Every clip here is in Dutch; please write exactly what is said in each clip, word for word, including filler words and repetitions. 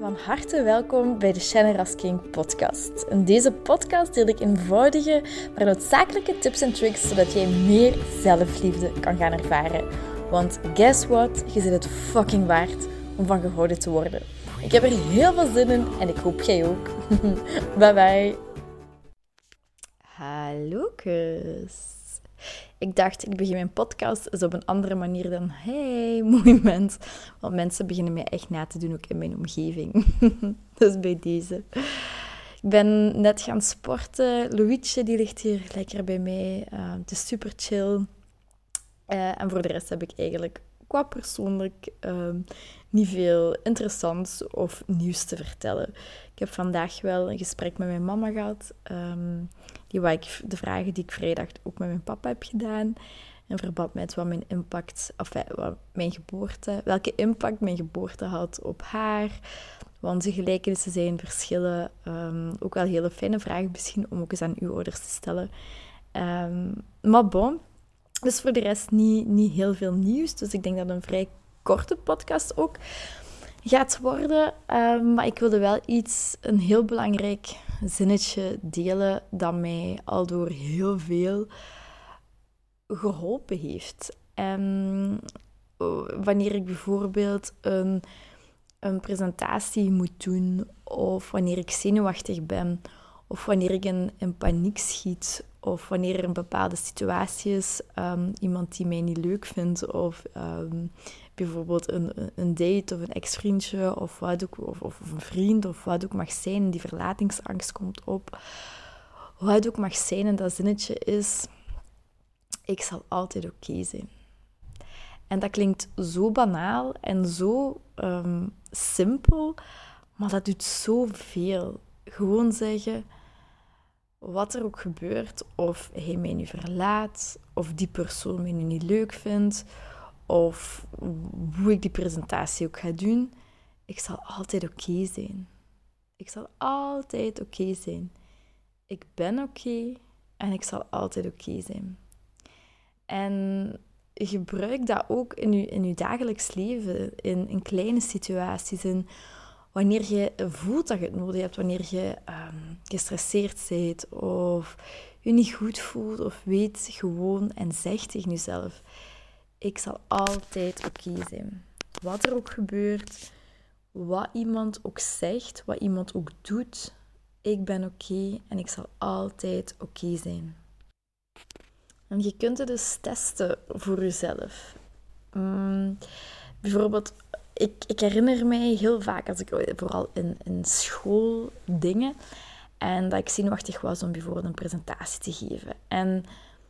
Van harte welkom bij de Shine Rasking podcast. In deze podcast deel ik eenvoudige, maar noodzakelijke tips en tricks zodat jij meer zelfliefde kan gaan ervaren. Want guess what? Je zit het fucking waard om van gehouden te worden. Ik heb er heel veel zin in en ik hoop jij ook. Bye bye. Hallo kus. Ik dacht, ik begin mijn podcast eens op een andere manier dan hey, mooi mens. Want mensen beginnen mij echt na te doen, ook in mijn omgeving. Dus bij deze. Ik ben net gaan sporten. Louietje, die ligt hier lekker bij mij. Uh, het is super chill. Uh, en voor de rest heb ik eigenlijk qua persoonlijk uh, niet veel interessants of nieuws te vertellen. Ik heb vandaag wel een gesprek met mijn mama gehad. Um, die waar ik de vragen die ik vrijdag ook met mijn papa heb gedaan. In verband met wat mijn impact, of wat mijn geboorte, welke impact mijn geboorte had op haar. Wat onze gelijkenissen zijn, verschillen. Um, ook wel hele fijne vragen misschien om ook eens aan uw ouders te stellen. Um, maar bon. Dus voor de rest niet, niet heel veel nieuws. Dus ik denk dat het een vrij korte podcast ook gaat worden. Um, maar ik wilde wel iets, een heel belangrijk zinnetje delen dat mij al door heel veel geholpen heeft. En wanneer ik bijvoorbeeld een, een presentatie moet doen, of wanneer ik zenuwachtig ben, of wanneer ik in, in paniek schiet, of wanneer er een bepaalde situatie is, um, iemand die mij niet leuk vindt, of um, bijvoorbeeld een, een date of een ex-vriendje, of, wat ook, of, of een vriend, of wat ook mag zijn, en die verlatingsangst komt op. Wat ook mag zijn, en dat zinnetje is, ik zal altijd oké okay zijn. En dat klinkt zo banaal en zo um, simpel, maar dat doet zoveel. Gewoon zeggen, wat er ook gebeurt, of hij mij nu verlaat, of die persoon mij nu niet leuk vindt, of hoe ik die presentatie ook ga doen, ik zal altijd oké okay zijn. Ik zal altijd oké okay zijn. Ik ben oké okay en ik zal altijd oké okay zijn. En gebruik dat ook in je, in je dagelijks leven, in, in kleine situaties, in wanneer je voelt dat je het nodig hebt, wanneer je um, gestresseerd bent of je niet goed voelt, of weet gewoon en zeg tegen jezelf, ik zal altijd oké okay zijn. Wat er ook gebeurt, wat iemand ook zegt, wat iemand ook doet, ik ben oké okay en ik zal altijd oké okay zijn. En je kunt het dus testen voor jezelf. Um, bijvoorbeeld, ik, ik herinner mij heel vaak, als ik, vooral in, in schooldingen, en dat ik zenuwachtig was om bijvoorbeeld een presentatie te geven. En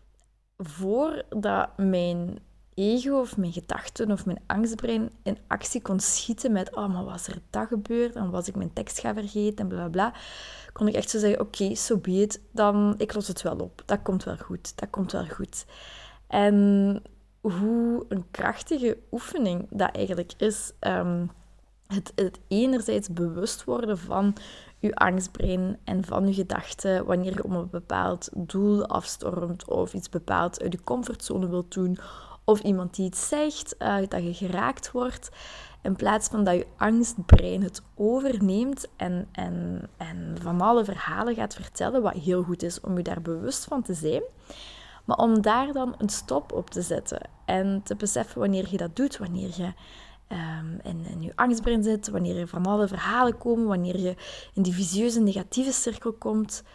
voordat mijn ego of mijn gedachten of mijn angstbrein in actie kon schieten met oh, maar was er dat gebeurd? En was ik mijn tekst gaan vergeten? En bla, bla, bla. Kon ik echt zo zeggen, oké, okay, so be it. Dan, ik los het wel op. Dat komt wel goed. Dat komt wel goed. En hoe een krachtige oefening dat eigenlijk is. Um, het, het enerzijds bewust worden van je angstbrein en van je gedachten wanneer je om een bepaald doel afstormt of iets bepaald uit je comfortzone wilt doen, of iemand die iets zegt, uh, dat je geraakt wordt, in plaats van dat je angstbrein het overneemt en, en, en van alle verhalen gaat vertellen, wat heel goed is om je daar bewust van te zijn, maar om daar dan een stop op te zetten en te beseffen wanneer je dat doet, wanneer je um, in, in je angstbrein zit, wanneer er van alle verhalen komen, wanneer je in die visieuze negatieve cirkel komt,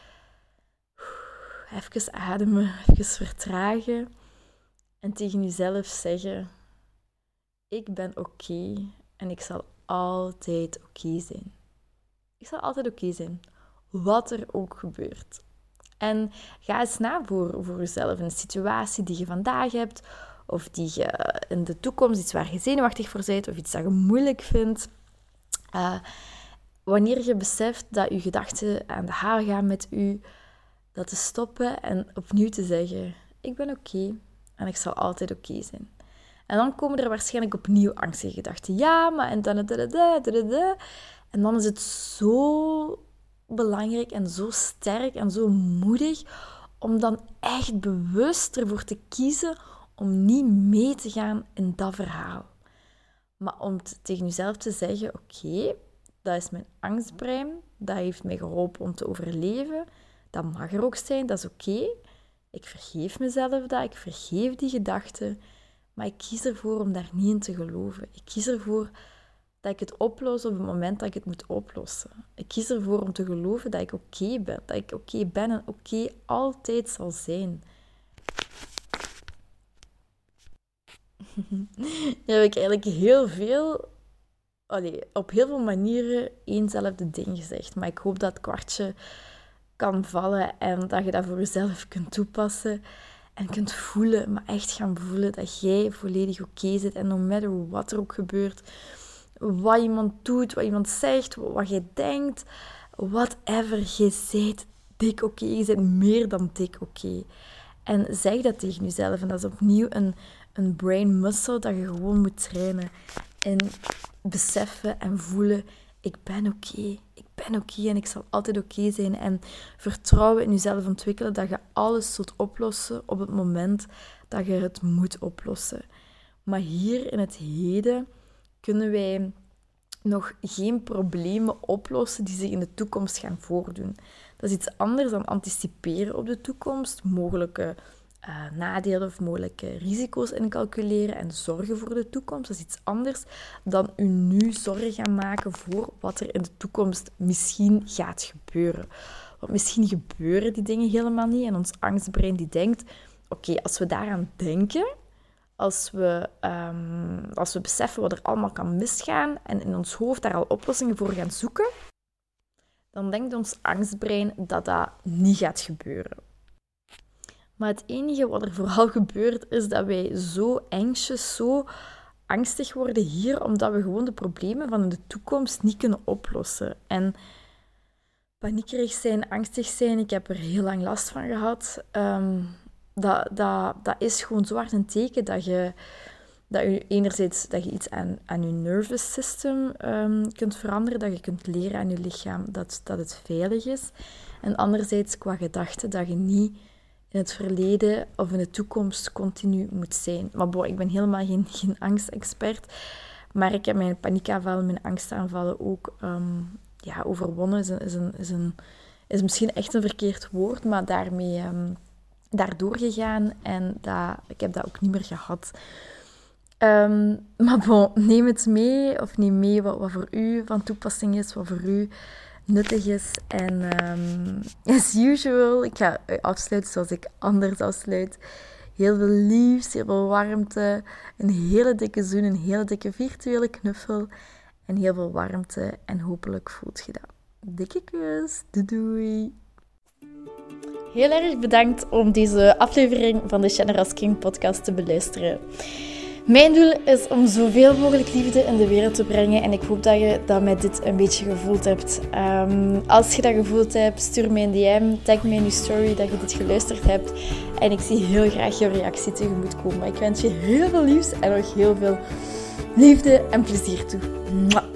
even ademen, even vertragen. En tegen jezelf zeggen, ik ben oké okay en ik zal altijd oké okay zijn. Ik zal altijd oké okay zijn, wat er ook gebeurt. En ga eens na voor, voor jezelf, een situatie die je vandaag hebt, of die je in de toekomst, iets waar je zenuwachtig voor bent, of iets dat je moeilijk vindt. Uh, wanneer je beseft dat je gedachten aan de haal gaan met je, dat te stoppen en opnieuw te zeggen, ik ben oké okay. En ik zal altijd oké okay zijn. En dan komen er waarschijnlijk opnieuw angstige gedachten. Ja, maar en dan... En dan is het zo belangrijk en zo sterk en zo moedig om dan echt bewust ervoor te kiezen om niet mee te gaan in dat verhaal. Maar om t- tegen jezelf te zeggen, oké, okay, Dat is mijn angstbrein. Dat heeft mij geholpen om te overleven. Dat mag er ook zijn, dat is oké. Okay. Ik vergeef mezelf dat, ik vergeef die gedachten. Maar ik kies ervoor om daar niet in te geloven. Ik kies ervoor dat ik het oplos op het moment dat ik het moet oplossen. Ik kies ervoor om te geloven dat ik oké okay ben. Dat ik oké okay ben en oké okay altijd zal zijn. Nu heb ik eigenlijk heel veel, allee, op heel veel manieren éénzelfde ding gezegd. Maar ik hoop dat het kwartje kan vallen en dat je dat voor jezelf kunt toepassen. En kunt voelen, maar echt gaan voelen dat jij volledig oké okay zit. En no matter wat er ook gebeurt, wat iemand doet, wat iemand zegt, wat jij denkt, whatever, jij bent dik oké. Okay. Je bent meer dan dik oké. Okay. En zeg dat tegen jezelf. En dat is opnieuw een, een brain muscle dat je gewoon moet trainen. En beseffen en voelen, ik ben oké. Okay. Ik ben oké okay en ik zal altijd oké okay zijn. En vertrouwen in jezelf ontwikkelen dat je alles zult oplossen op het moment dat je het moet oplossen. Maar hier in het heden kunnen wij nog geen problemen oplossen die zich in de toekomst gaan voordoen. Dat is iets anders dan anticiperen op de toekomst, mogelijke uh, nadelen of mogelijke risico's incalculeren en zorgen voor de toekomst. Dat is iets anders dan u nu zorgen gaan maken voor wat er in de toekomst misschien gaat gebeuren. Want misschien gebeuren die dingen helemaal niet en ons angstbrein die denkt, oké, okay, als we daaraan denken, als we, um, als we beseffen wat er allemaal kan misgaan en in ons hoofd daar al oplossingen voor gaan zoeken, dan denkt ons angstbrein dat dat niet gaat gebeuren. Maar het enige wat er vooral gebeurt, is dat wij zo anxious, zo angstig worden hier, omdat we gewoon de problemen van de toekomst niet kunnen oplossen. En paniekerig zijn, angstig zijn, ik heb er heel lang last van gehad. Um, dat, dat, dat is gewoon zo hard een teken dat je, dat je enerzijds dat je iets aan, aan je nervous system um, kunt veranderen, dat je kunt leren aan je lichaam dat, dat het veilig is. En anderzijds qua gedachten, dat je niet in het verleden of in de toekomst continu moet zijn. Maar bon, ik ben helemaal geen, geen angstexpert. Maar ik heb mijn paniekaanvallen, mijn angstaanvallen ook um, ja, overwonnen. Is, een, is, een, is, een, is misschien echt een verkeerd woord, maar daarmee um, daardoor gegaan. En dat, ik heb dat ook niet meer gehad. Um, maar bon, neem het mee. Of neem mee wat, wat voor u van toepassing is, wat voor u nuttig is. En um, as usual, ik ga afsluiten zoals ik anders afsluit. Heel veel liefs, heel veel warmte, een hele dikke zoen, een hele dikke virtuele knuffel en heel veel warmte. En hopelijk voelt je dat. Dikke kus, doei doei! Heel erg bedankt om deze aflevering van de Generous King podcast te beluisteren. Mijn doel is om zoveel mogelijk liefde in de wereld te brengen en ik hoop dat je dat met dit een beetje gevoeld hebt. Um, als je dat gevoeld hebt, stuur mij een D M, tag me in je story dat je dit geluisterd hebt en ik zie heel graag jouw reactie tegemoet komen. Ik wens je heel veel liefs en nog heel veel liefde en plezier toe. Mwah.